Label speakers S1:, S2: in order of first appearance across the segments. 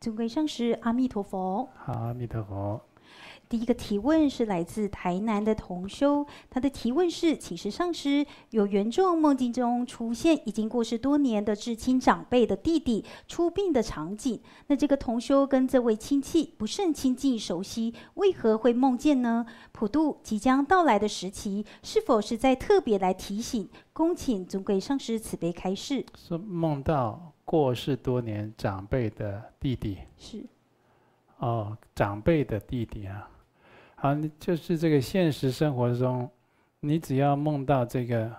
S1: 尊贵上师，阿弥陀佛。
S2: 好，阿弥陀佛。
S1: 第一个提问是来自台南的同修，他的提问是：请示上师，有缘众梦境中出现已经过世多年的至亲长辈的弟弟出殡的场景，那这个同修跟这位亲戚不甚亲近熟悉，为何会梦见呢？普渡即将到来的时期，是否是在特别来提醒？恭请尊贵上师慈悲开示。
S2: 说梦到过世多年长辈的弟弟
S1: 是
S2: 哦，长辈的弟弟啊。好，就是这个现实生活中，你只要梦到这个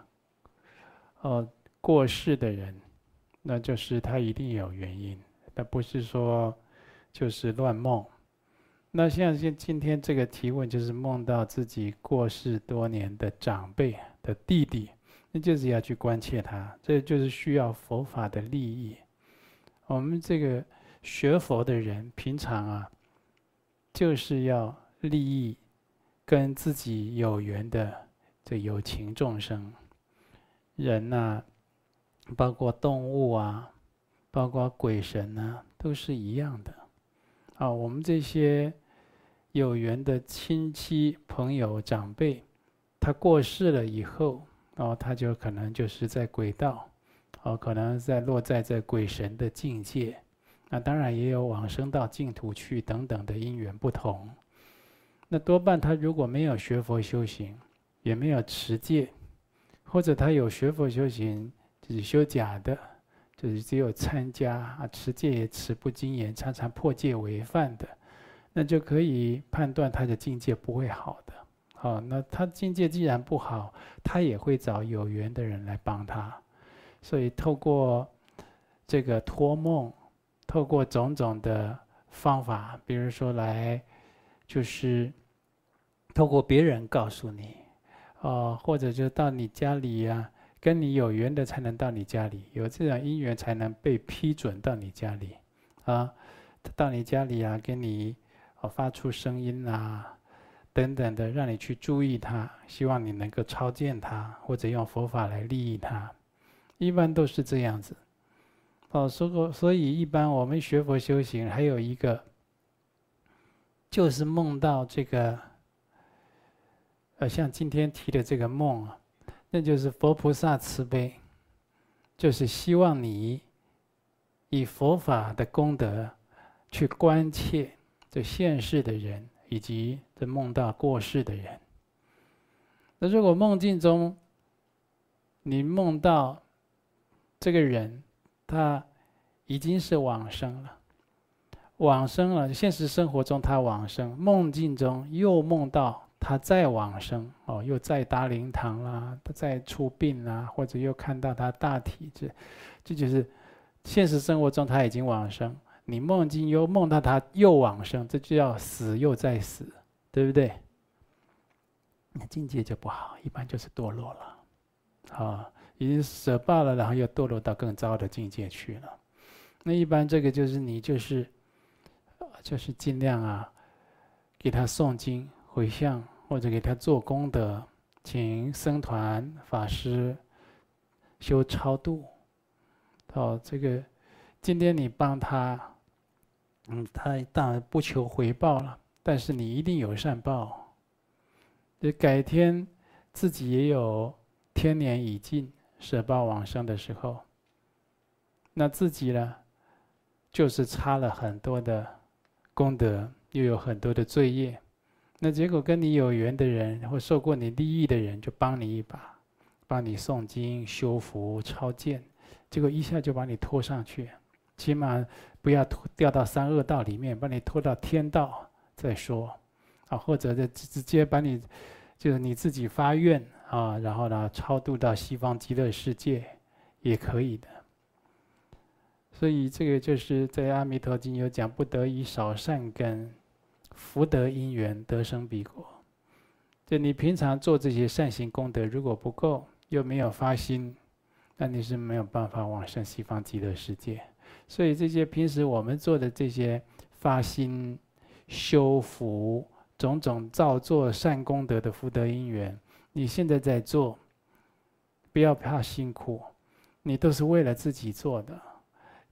S2: 过世的人，那就是他一定有原因，那不是说就是乱梦。那像今天这个提问，就是梦到自己过世多年的长辈的弟弟，那就是要去关切他，这就是需要佛法的利益。我们这个学佛的人，平常啊，就是要利益跟自己有缘的这有情众生，人啊，包括动物啊，包括鬼神啊，都是一样的。我们这些有缘的亲戚、朋友、长辈，他过世了以后，他就可能就是在鬼道，可能落在这鬼神的境界。那当然也有往生到净土去等等的因缘不同。那多半他如果没有学佛修行，也没有持戒，或者他有学佛修行，就是修假的，就是只有参加持戒也持不精严，常常破戒违犯的，那就可以判断他的境界不会好的。那他境界既然不好，他也会找有缘的人来帮他。所以透过这个托梦，透过种种的方法，比如说就是透过别人告诉你，或者就到你家里啊，跟你有缘的才能到你家里，有这种因缘才能被批准到你家里到你家里啊，跟你发出声音啊等等的，让你去注意他，希望你能够超见他，或者用佛法来利益他，一般都是这样子。所以一般我们学佛修行，还有一个就是梦到这个，像今天提的这个梦啊，那就是佛菩萨慈悲，就是希望你以佛法的功德去关切这现世的人，以及这梦到过世的人。那如果梦境中你梦到这个人，他已经是往生了，现实生活中他往生，梦境中又梦到他再往生，又在大灵堂啦，再出殡啦，或者又看到他大体这就是现实生活中他已经往生，你梦境又梦到他又往生，这就叫死又再死，对不对？那境界就不好，一般就是堕落了，已经舍报了，然后又堕落到更糟的境界去了。那一般这个就是你就是尽量给他诵经回向，或者给他做功德，请僧团法师修超度。这个今天你帮他，他当然不求回报了，但是你一定有善报。改天自己也有天年已尽舍报往生的时候，那自己呢，就是差了很多的功德，又有很多的罪业，那结果跟你有缘的人或受过你利益的人就帮你一把，帮你诵经修福超荐，结果一下就把你拖上去，起码不要掉到三恶道里面，把你拖到天道再说，或者直接把你就是你自己发愿然后呢超度到西方极乐世界也可以的。所以这个就是在《阿弥陀经》有讲，不得以少善根，福德因缘得生彼国。就你平常做这些善行功德，如果不够，又没有发心，那你是没有办法往生西方极乐世界。所以这些平时我们做的这些发心、修福、种种造作善功德的福德因缘，你现在在做，不要怕辛苦，你都是为了自己做的。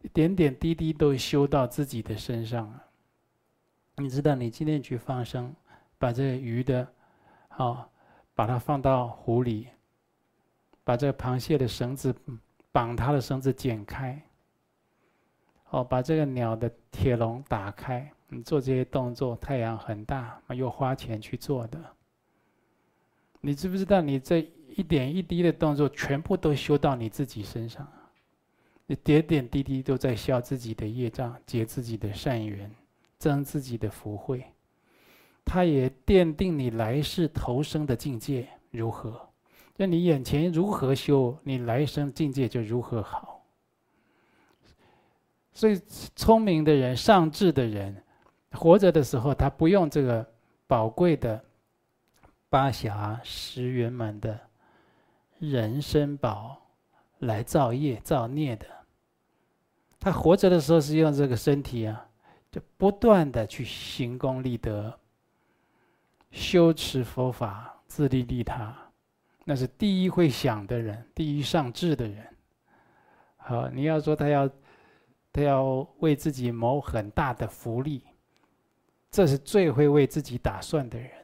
S2: 点点滴滴都修到自己的身上了。你知道，你今天去放生，把这个鱼的，把它放到湖里，把这个螃蟹的绳子绑它的绳子剪开，把这个鸟的铁笼打开，你做这些动作，太阳很大，又花钱去做的。你知不知道，你这一点一滴的动作，全部都修到你自己身上？你点点滴滴都在消自己的业障，结自己的善缘，增自己的福慧。它也奠定你来世投生的境界如何。就你眼前如何修，你来生境界就如何好。所以聪明的人、上智的人，活着的时候，他不用这个宝贵的八暇十圆满的人身宝来造业造孽的。他活着的时候是用这个身体就不断的去行功立德，修持佛法，自利利他。那是第一会想的人，第一上智的人。好，你要说他要为自己谋很大的福利，这是最会为自己打算的人，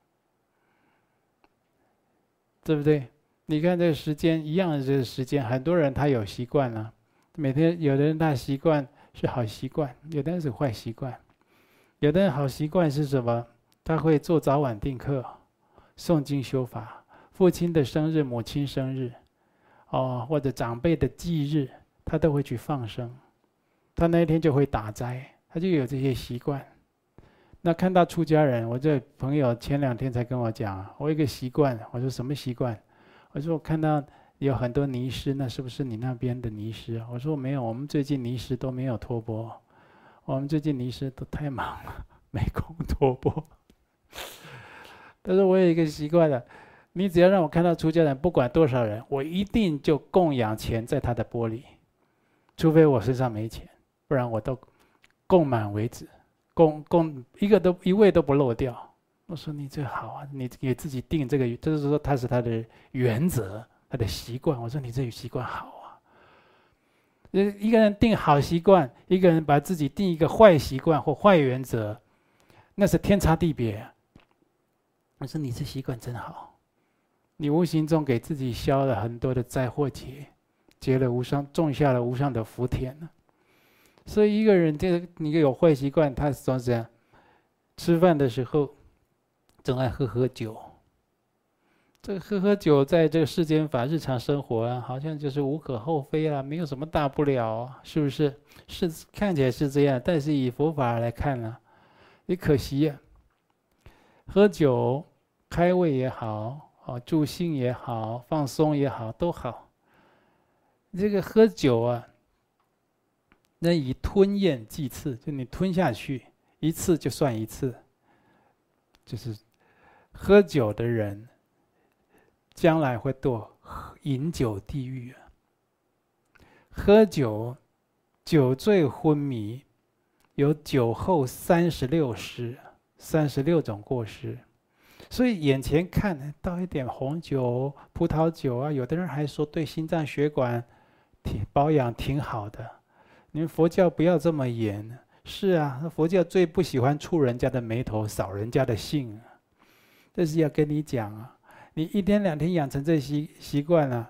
S2: 对不对？你看这个时间一样的，这个时间，很多人他有习惯了，每天有的人他习惯是好习惯，有的人是坏习惯。有的人好习惯是什么？他会做早晚定课，诵经修法。父亲的生日、母亲生日，或者长辈的忌日，他都会去放生。他那一天就会打斋，他就有这些习惯。那看到出家人，我这朋友前2天才跟我讲，我有一个习惯。我说什么习惯？我说我看到有很多尼师，那是不是你那边的尼师？我说没有，我们最近尼师都没有托钵，我们最近尼师都太忙了，没空托钵。他说我有一个习惯了，你只要让我看到出家人，不管多少人，我一定就供养钱在他的钵里，除非我身上没钱，不然我都供满为止，供一位都不漏掉。我说你这好啊，你给自己定这个，就是说他是他的原则，他的习惯。我说你这个习惯好啊。一个人定好习惯，一个人把自己定一个坏习惯或坏原则，那是天差地别。我说你这习惯真好，你无形中给自己消了很多的灾祸劫，结了无上，种下了无上的福田了。所以一个人你有坏习惯，他总是这样，吃饭的时候总爱喝酒。这个喝酒在这个世间法日常生活好像就是无可厚非没有什么大不了是不是？是看起来是这样，但是以佛法来看也可惜喝酒开胃也好，助兴也好，放松也好，都好。这个喝酒那以吞咽计次，就你吞下去一次就算一次。就是喝酒的人，将来会堕饮酒地狱喝酒，酒醉昏迷，有酒后36失，36种过失。所以眼前看倒一点红酒、葡萄酒有的人还说对心脏血管保养挺好的。你们佛教不要这么严。是佛教最不喜欢触人家的眉头，扫人家的兴这是要跟你讲你1天2天养成这习惯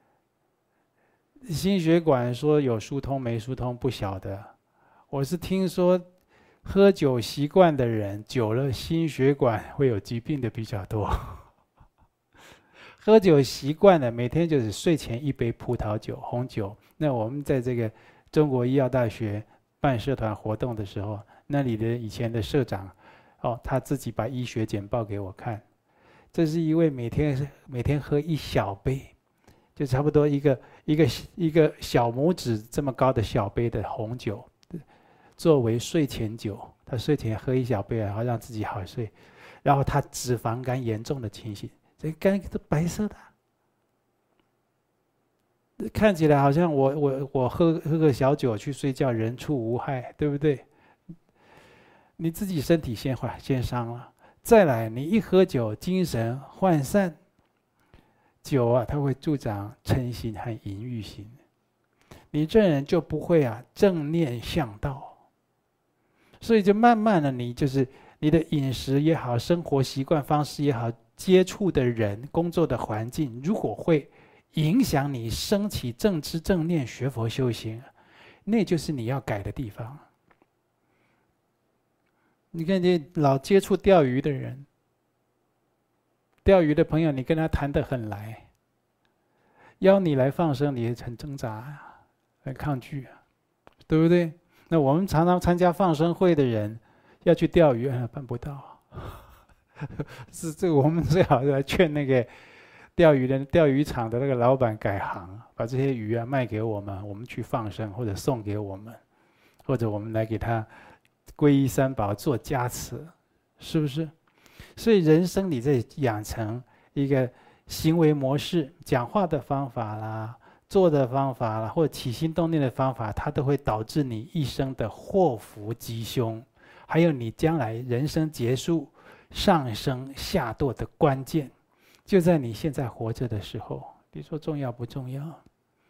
S2: 心血管说有疏通没疏通不晓得。我是听说喝酒习惯的人久了心血管会有疾病的比较多。喝酒习惯了，每天就是睡前1杯葡萄酒、红酒。那我们在这个中国医药大学办社团活动的时候，那里的以前的社长他自己把医学简报给我看。这是一位每天喝1小杯，就差不多一个小拇指这么高的小杯的红酒，作为睡前酒。他睡前喝1小杯然后让自己好睡。然后他脂肪肝严重的情形，这肝都白色的。看起来好像我喝个小酒去睡觉，人畜无害，对不对？你自己身体先伤了，再来你一喝酒，精神涣散。酒它会助长嗔心和淫欲心。 你这人就不会正念向道。所以就慢慢的，你就是你的饮食也好，生活习惯方式也好，接触的人、工作的环境，如果会影响你升起正知正念、学佛修行，那就是你要改的地方。你看，你老接触钓鱼的人，钓鱼的朋友，你跟他谈得很来，邀你来放生，你也很挣扎很抗拒对不对？那我们常常参加放生会的人，要去钓鱼办不到。是这个，我们最好来劝那个钓鱼场的那个老板改行，把这些鱼卖给我们，我们去放生，或者送给我们，或者我们来给他皈依三宝做加持，是不是？所以人生你在养成一个行为模式，讲话的方法啦，做的方法啦，或者起心动念的方法，它都会导致你一生的祸福吉凶，还有你将来人生结束上升下堕的关键，就在你现在活着的时候。你说重要不重要？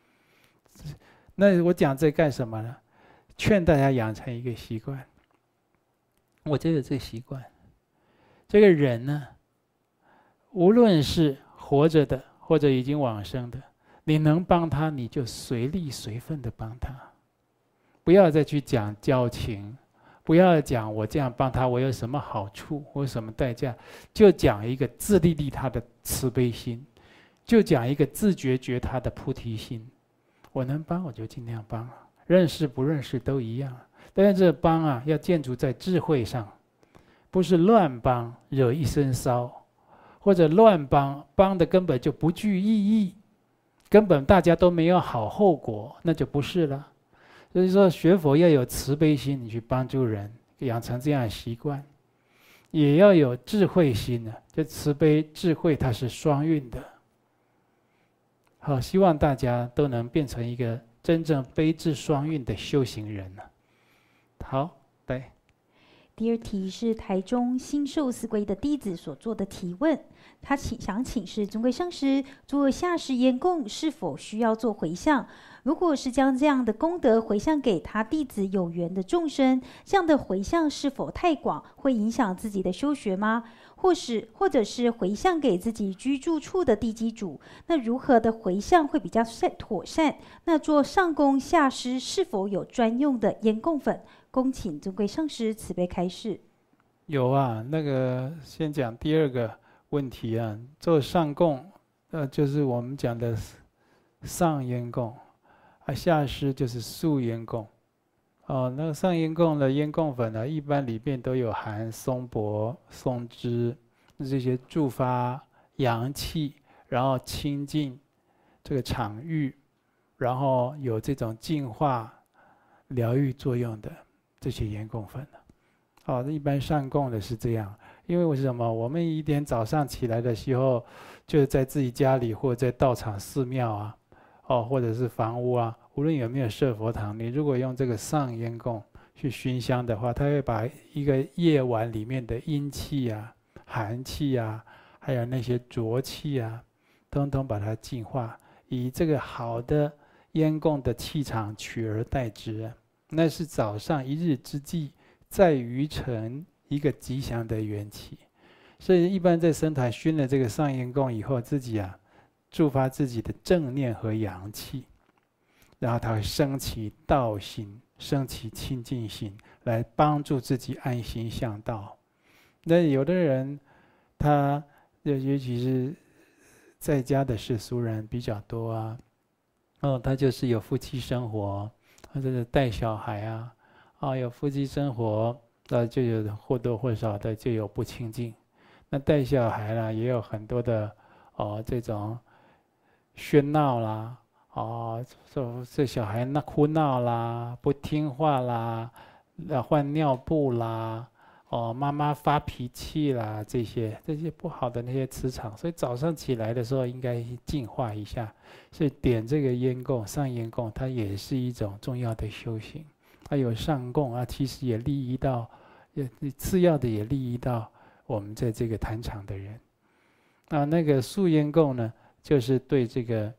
S2: 那我讲这干什么呢？劝大家养成一个习惯。我就有这个习惯。这个人呢，无论是活着的或者已经往生的，你能帮他，你就随力随分的帮他，不要再去讲交情，不要讲我这样帮他我有什么好处，我有什么代价，就讲一个自利利他的慈悲心，就讲一个自觉觉他的菩提心。我能帮我就尽量帮，认识不认识都一样。但是这帮要建筑在智慧上，不是乱帮惹一身骚，或者乱帮的根本就不具意义，根本大家都没有好后果，那就不是了。所以说学佛要有慈悲心，你去帮助人，养成这样的习惯，也要有智慧心就慈悲智慧它是双运的。好，希望大家都能变成一个真正悲智双运的修行人。好，对。
S1: 第二题是台中新寿司归的弟子所做的提问，他想请示尊贵上师，做下士烟供是否需要做回向？如果是将这样的功德回向给他弟子有缘的众生，这样的回向是否太广，会影响自己的修学吗？或者是回向给自己居住处的地基主，那如何的回向会比较妥善？那做上供下施是否有专用的烟供粉？恭请尊贵上师慈悲开示。
S2: 有那个先讲第二个问题做上供，就是我们讲的上烟供，下施就是素烟供。那个上烟供的烟供粉一般里面都有含松柏、松枝这些助发阳气，然后清净这个场域，然后有这种净化、疗愈作用的这些烟供粉一般上供的是这样。因为为什么？我们一天早上起来的时候，就在自己家里或者在道场、寺庙或者是房屋无论有没有设佛堂，你如果用这个上烟供去熏香的话，它会把一个夜晚里面的阴气寒气还有那些浊气通通把它净化，以这个好的烟供的气场取而代之那是早上一日之计，在于晨一个吉祥的缘起。所以一般在僧团熏了这个上烟供以后，自己触发自己的正念和阳气，然后它会升起道心，升起清净心，来帮助自己安心向道。那有的人他尤其是在家的世俗人比较多他就是有夫妻生活，或者是带小孩有夫妻生活，就有或多或少的就有不清净。那带小孩也有很多的这种喧闹啦，这小孩哭闹啦，不听话啦，换尿布啦，妈妈发脾气啦，这些不好的那些磁场，所以早上起来的时候应该净化一下。所以点这个烟供，上烟供，它也是一种重要的修行。它有上供其实也利益到，次要的也利益到我们在这个坛场的人。那个素烟供呢，就是对这个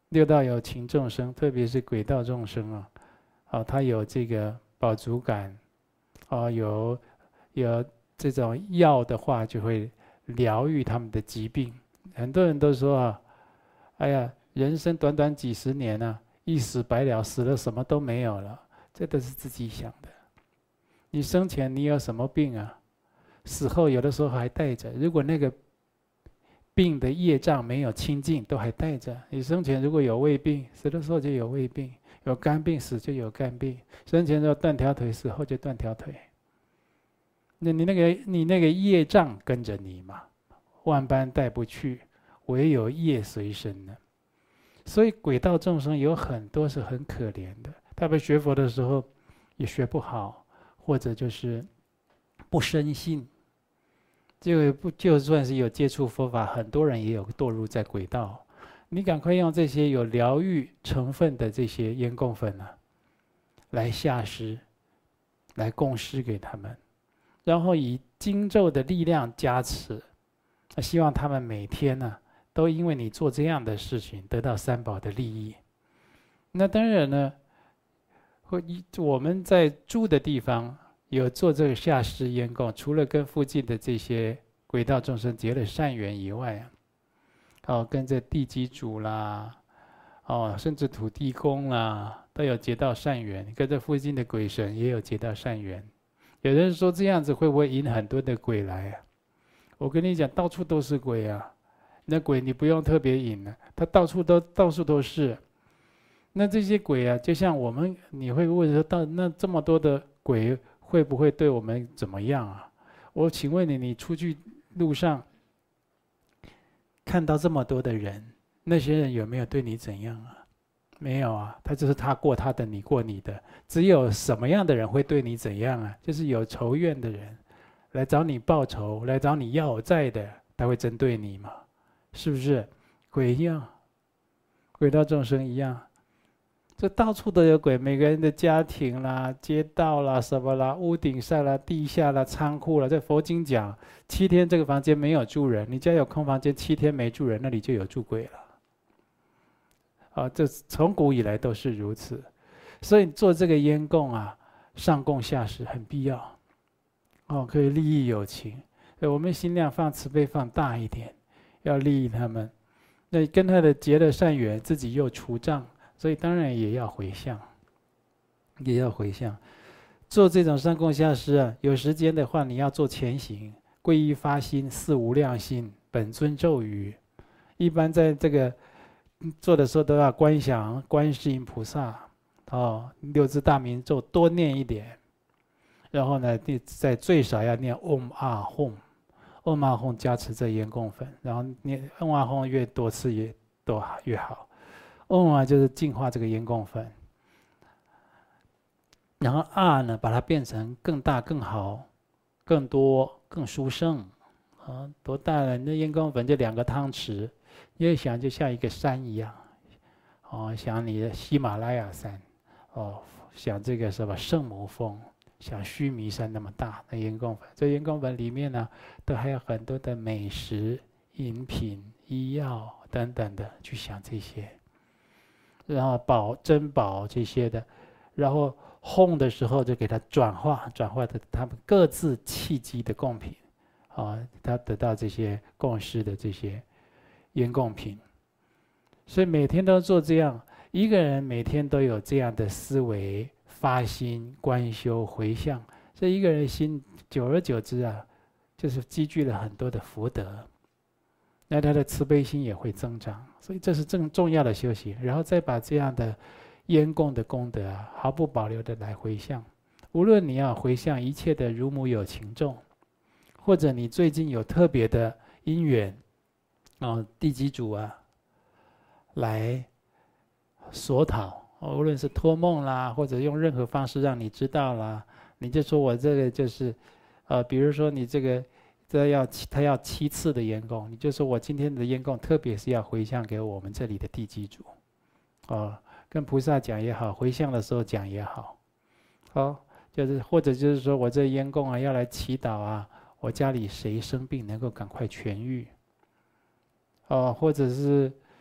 S2: 六道有情众生，特别是鬼道众生啊，他有这个饱足感，有这种药的话，就会疗愈他们的疾病。很多人都说哎呀，人生短短几十年一死百了，死了什么都没有了，这都是自己想的。你生前你有什么病死后有的时候还带着。如果那个病的业障没有清净，都还带着。你生前如果有胃病，死的时候就有胃病；有肝病，死就有肝病。生前要断条腿，死后就断条腿。那你那个业障跟着你嘛，万般带不去，唯有业随身呢。所以鬼道众生有很多是很可怜的，他们学佛的时候也学不好，或者就是不深信。就算是有接触佛法，很多人也有堕入在鬼道。你赶快用这些有疗愈成分的这些烟供粉来下施，来供施给他们，然后以经咒的力量加持，希望他们每天都因为你做这样的事情得到三宝的利益。那当然呢，我们在住的地方有做这个下施烟供，除了跟附近的这些鬼道众生结了善缘以外跟这地基主啦，甚至土地公啦，都有结到善缘，跟这附近的鬼神也有结到善缘。有人说这样子会不会引很多的鬼来我跟你讲，到处都是鬼那鬼你不用特别引他到处都是。那这些鬼就像你会问说，那这么多的鬼会不会对我们怎么样我请问你出去路上看到这么多的人，那些人有没有对你怎样没有他就是他过他的，你过你的。只有什么样的人会对你怎样就是有仇怨的人来找你报仇，来找你要债的，他会针对你嘛？是不是？鬼一样，鬼道众生一样，这到处都有鬼，每个人的家庭啦、街道啦、什么啦、屋顶上啦、地下啦、仓库啦。这佛经讲，7天这个房间没有住人，你家有空房间，7天没住人，那里就有住鬼了。这从古以来都是如此。所以做这个烟供上供下施很必要。可以利益有情。我们心量放慈悲放大一点，要利益他们。那跟他的结了善缘，自己又除障。所以当然也要回向，也要回向。做这种上供下施有时间的话，你要做前行，皈依发心，四无量心，本尊咒语。一般在这个做的时候都要观想观世音菩萨六字大明咒多念一点，然后呢，最少要念嗡阿吽，嗡阿吽加持这烟供粉，然后念嗡阿吽越多次越好。嗡就是净化这个烟供粉，然后呢把它变成更大、更好、更多、更殊胜多大呢？那烟供粉就2个汤匙，你想就像一个山一样想你的喜马拉雅山想这个什么圣母峰，像须弥山那么大的烟供粉。这烟供粉里面呢，都还有很多的美食、饮品、医药等等的，去想这些。然后珍宝这些的，然后烘的时候就给它转化的他们各自契机的贡品他得到这些供施的这些烟供品。所以每天都做这样，一个人每天都有这样的思维、发心、观修、回向，这一个人心久而久之就是积聚了很多的福德。那他的慈悲心也会增长，所以这是正重要的修行。然后再把这样的烟供的功德毫不保留的来回向。无论你要回向一切的如母有情众，或者你最近有特别的因缘地基主来索讨无论是托梦啦，或者用任何方式让你知道啦，你就说我这个就是比如说你这个他要7次的烟供，你就说我今天的烟供特别是要回向给我们这里的地基主跟菩萨讲也好，回向的时候讲也好就是或者就是说我这烟供要来祈祷我家里谁生病能够赶快痊愈或者是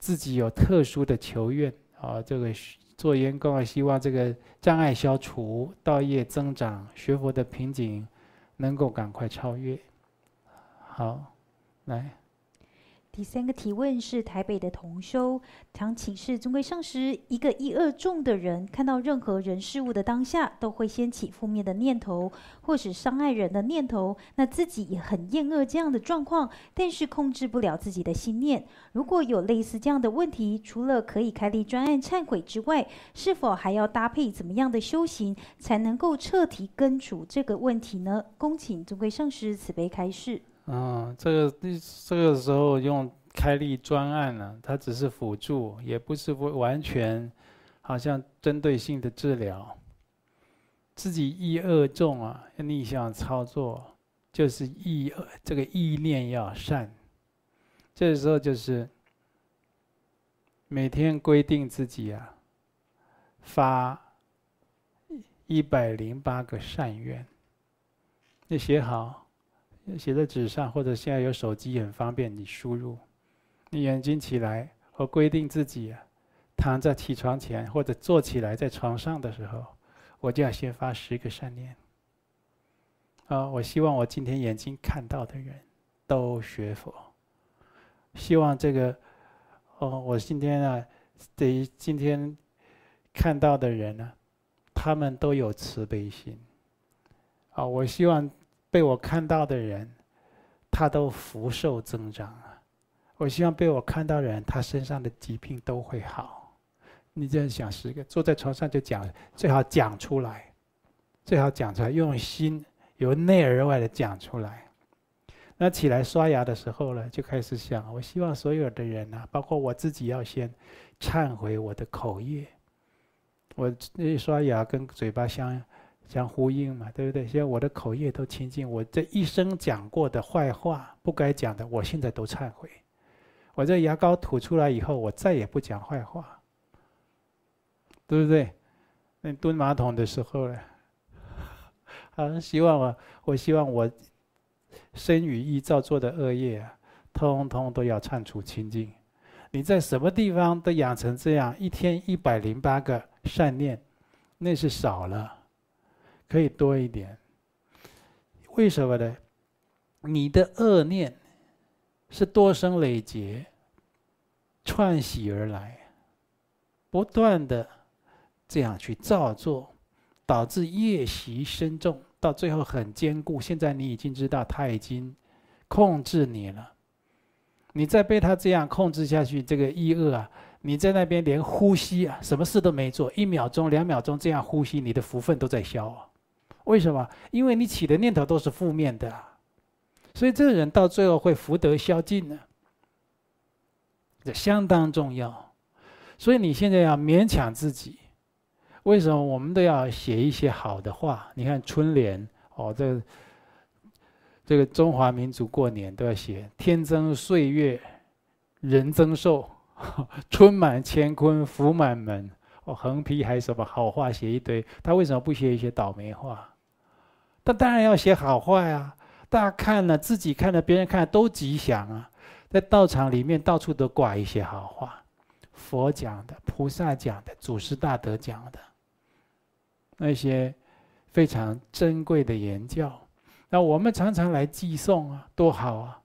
S2: 自己有特殊的求愿啊，这个做员工啊，希望这个障碍消除，道业增长，学佛的瓶颈能够赶快超越。好，来。
S1: 第3个提问是台北的同修，常请示尊贵上师，一个意恶重的人，看到任何人事物的当下，都会掀起负面的念头，或是伤害人的念头。那自己也很厌恶这样的状况，但是控制不了自己的心念。如果有类似这样的问题，除了可以开立专案忏悔之外，是否还要搭配怎么样的修行，才能够彻底根除这个问题呢？恭请尊贵上师慈悲开示。
S2: 这个时候用开立专案呢，它只是辅助，也不是完全好像针对性的治疗。自己意恶重啊，逆向操作，就是这个意念要善。这时候就是每天规定自己啊，发108个善愿，你写好。写在纸上，或者现在有手机很方便，你输入。你眼睛起来，我规定自己啊，躺在起床前或者坐起来在床上的时候，我就要先发10个善念。我希望我今天眼睛看到的人都学佛。希望这个我今天看到的人呢，他们都有慈悲心。我希望被我看到的人，他都福寿增长啊！我希望被我看到的人，他身上的疾病都会好。你这样想10个，坐在床上就讲，最好讲出来，用心由内而外的讲出来。那起来刷牙的时候呢，就开始想，我希望所有的人啊，包括我自己，要先忏悔我的口业。我一刷牙跟嘴巴相呼应嘛，对不对？现在我的口业都清净，我这一生讲过的坏话，不该讲的，我现在都忏悔。我这牙膏吐出来以后，我再也不讲坏话，对不对？那你蹲马桶的时候呢？我希望我身语意造作的恶业啊，通通都要忏除清净。你在什么地方都养成这样，一天108个善念，那是少了。可以多一点，为什么呢？你的恶念是多生累劫串习而来，不断的这样去造作，导致业习深重，到最后很坚固。现在你已经知道他已经控制你了，你再被他这样控制下去，这个意恶啊，你在那边连呼吸啊，什么事都没做，1秒钟、2秒钟这样呼吸，你的福分都在消啊。为什么？因为你起的念头都是负面的，所以这个人到最后会福德消尽呢，这相当重要。所以你现在要勉强自己。为什么我们都要写一些好的话？你看春联这个中华民族过年都要写“天增岁月人增寿，春满乾坤福满门”。横批还什么好话写一堆，他为什么不写一些倒霉话？他当然要写好话呀！大家看了，自己看了，别人看了都吉祥啊！在道场里面到处都挂一些好话，佛讲的、菩萨讲的、祖师大德讲的，那些非常珍贵的言教。那我们常常来寄诵啊，多好啊！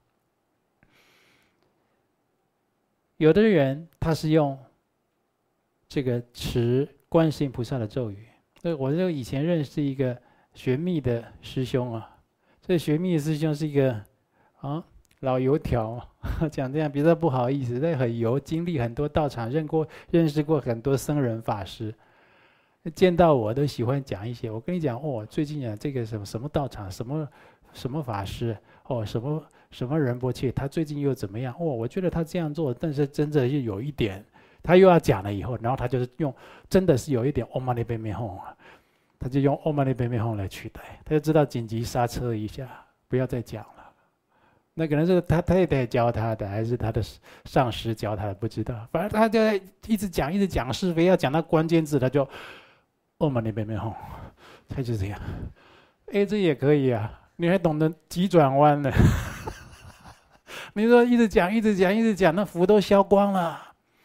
S2: 有的人他是用这个持观世音菩萨的咒语。我就以前认识一个学密的师兄啊，这学密的师兄是一个老油条，讲这样比较不好意思，但很油，经历很多道场，认识过很多僧人法师，见到我都喜欢讲一些。我跟你讲最近这个什么道场，什么法师，什么仁波切，他最近又怎么样？我觉得他这样做，但是真的是有一点。他又要讲了以后，然后他就是用，真的是有一点 Om Mani Padme Hum 啊，他就用 Om Mani Padme Hum 来取代，他就知道紧急刹车一下，不要再讲了。那可能是他太太教他的，还是他的上师教他的，不知道。反正他就一直讲是非，要讲到关键字，他就 Om Mani Padme Hum， 他就这样。这也可以啊，你还懂得急转弯呢。你说一直讲，那福都消光了。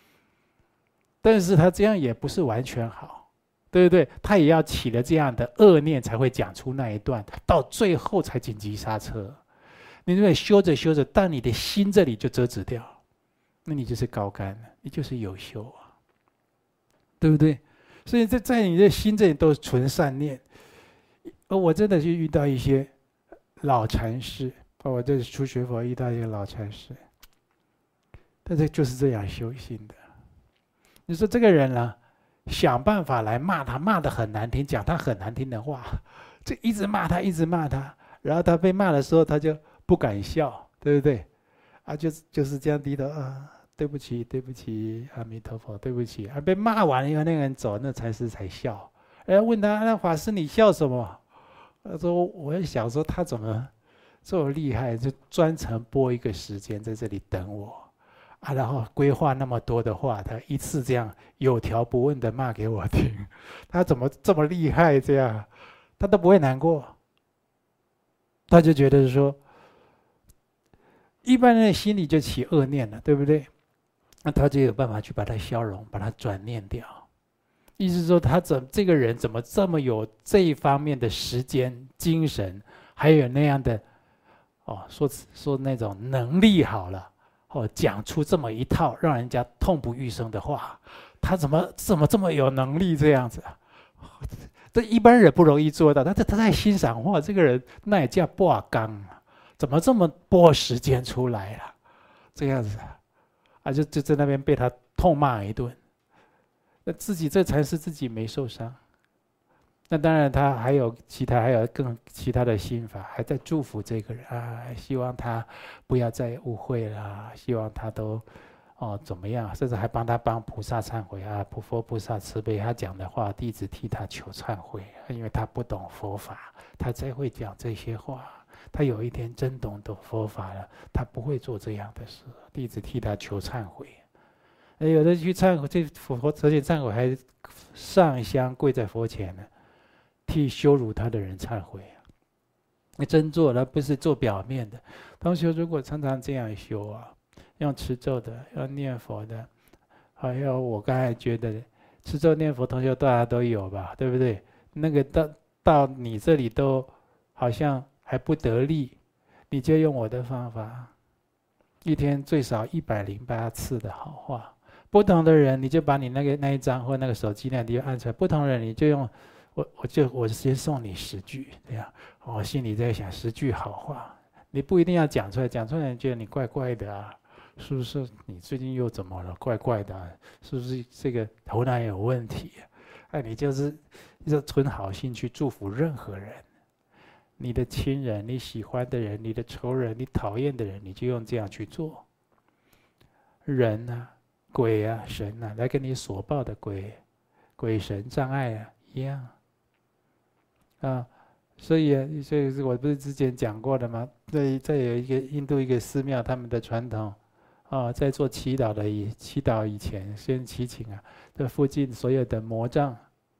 S2: 但是他这样也不是完全好，对不对？他也要起了这样的恶念才会讲出那一段，到最后才紧急刹车。你因为修着修着，到你的心这里就遮止掉，那你就是高竿了，你就是有修啊，对不对？所以在你的心这里都是纯善念。而我真的是遇到一些老禅师，我这初学佛遇到一个老禅师，但是就是这样修行的。你说这个人呢，想办法来骂他，骂得很难听，讲他很难听的话，就一直骂他，一直骂他。然后他被骂的时候，他就不敢笑，对不对？啊，就是这样低头啊，对不起，对不起，阿弥陀佛，对不起。啊，被骂完了以后，那个人走，那禅师才笑。然后问他，那法师你笑什么？他说，我也想说他怎么这么厉害，就专程拨一个时间在这里等我。啊，然后规划那么多的话，他一次这样有条不紊的骂给我听，他怎么这么厉害？这样，他都不会难过，他就觉得说，一般人的心里就起恶念了，对不对？那他就有办法去把它消融，把它转念掉。意思说，这个人怎么这么有这一方面的时间、精神，还有那样的说那种能力好了。讲出这么一套让人家痛不欲生的话，他怎么这么有能力这样子啊？这一般人不容易做到。他在欣赏，哇，这个人那也叫拔刚啊，怎么这么拨时间出来啊？这样子啊，就在那边被他痛骂一顿。那自己这禅师自己没受伤，那当然他还有其他的心法，还在祝福这个人啊，希望他不要再误会啦，希望他都怎么样，甚至还帮菩萨忏悔啊，佛菩萨慈悲，他讲的话弟子替他求忏悔，因为他不懂佛法，他才会讲这些话。他有一天真懂佛法了，他不会做这样的事，弟子替他求忏悔。有的去忏悔，这佛而且忏悔还上香跪在佛前呢，替羞辱他的人忏悔。你真做了，不是做表面的。同学如果常常这样修啊，用持咒的，要念佛的，还有我刚才觉得持咒念佛，同学大家都有吧，对不对？那个到你这里都好像还不得力，你就用我的方法，一天最少108次的好话。不同的人，你就把你那一张或那个手机那地方按出来。不同的人，你就用我先送你10句，这样我心里在想10句好话。你不一定要讲出来，讲出来人觉得你怪怪的啊，是不是？你最近又怎么了？怪怪的啊，是不是这个头脑有问题啊？哎，你就是存好心去祝福任何人，你的亲人、你喜欢的人、你的仇人、你讨厌的人，你就用这样去做。人啊。鬼啊神啊，来跟你所报的鬼神障碍啊一样啊，所以我不是之前讲过的吗？在有一个印度一个寺庙，他们的传统啊，在做祈祷以前，先祈请啊，这附近所有的魔障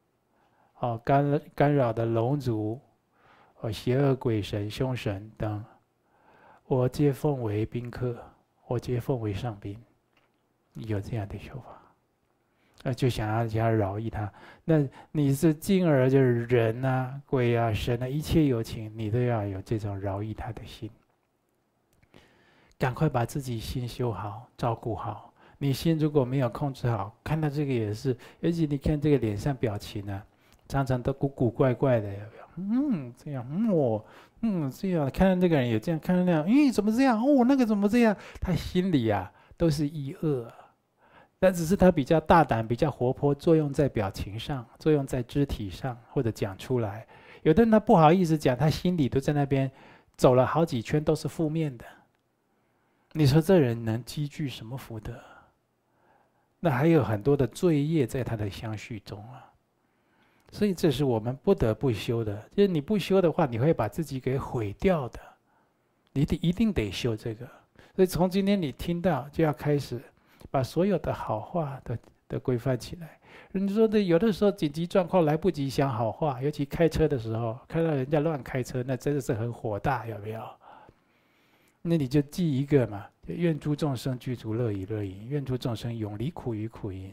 S2: 干扰的龙族邪恶鬼神凶神等，我皆奉为宾客，我皆奉为上宾。有这样的修法，就想要饶益他。那你是进而就是人啊、鬼啊、神啊，一切有情，你都要有这种饶益他的心。赶快把自己心修好，照顾好。你心如果没有控制好，看到这个也是，尤其你看这个脸上表情啊，常常都古古怪怪的，这样，这样，看到这个人也这样，看到那样，怎么这样？那个怎么这样？他心里啊都是意恶。但只是他比较大胆，比较活泼，作用在表情上，作用在肢体上，或者讲出来。有的人他不好意思讲，他心里都在那边走了好几圈都是负面的。你说这人能积聚什么福德？那还有很多的罪业在他的相续中啊。所以这是我们不得不修的，就是你不修的话，你会把自己给毁掉的。你一定得修这个。所以从今天你听到就要开始。把所有的好话都规范起来。你说的有的时候紧急状况来不及想好话，尤其开车的时候，看到人家乱开车，那真的是很火大，有没有？那你就记一个嘛，愿诸众生具足乐以乐因，愿诸众生永离苦于苦因，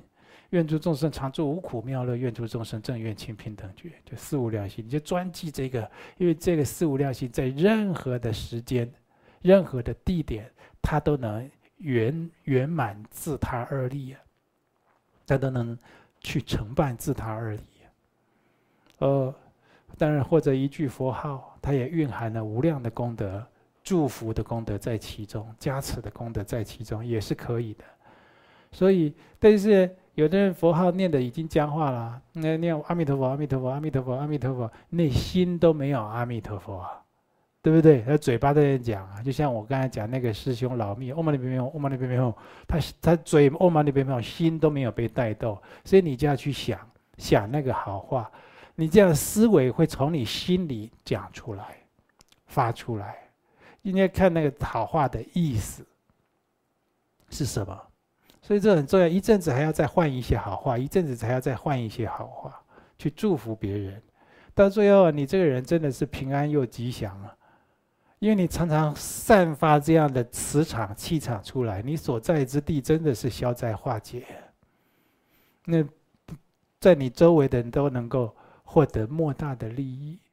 S2: 愿诸众生常住无苦妙乐，愿诸众生正愿清平等觉，就四无量心，你就专记这个，因为这个四无量心在任何的时间、任何的地点，它都能圆满自他而立啊，它都能去承办自他而立啊。当然或者一句佛号，它也蕴含了无量的功德，祝福的功德在其中，加持的功德在其中，也是可以的。所以，但是有的人佛号念的已经僵化了，念阿弥陀佛、阿弥陀佛、阿弥陀佛、阿弥陀佛，内心都没有阿弥陀佛啊，对不对？他嘴巴在讲啊，就像我刚才讲那个师兄老密，欧玛尼别没有，欧玛尼别没有，他嘴欧玛尼别没有，心都没有被带动，所以你就要去想那个好话，你这样思维会从你心里讲出来、发出来。应该看那个好话的意思是什么。所以这很重要，一阵子还要再换一些好话，一阵子才要再换一些好话，去祝福别人。到最后，你这个人真的是平安又吉祥啊，因为你常常散发这样的磁场、气场出来，你所在之地真的是消灾化解。那在你周围的人都能够获得莫大的利益。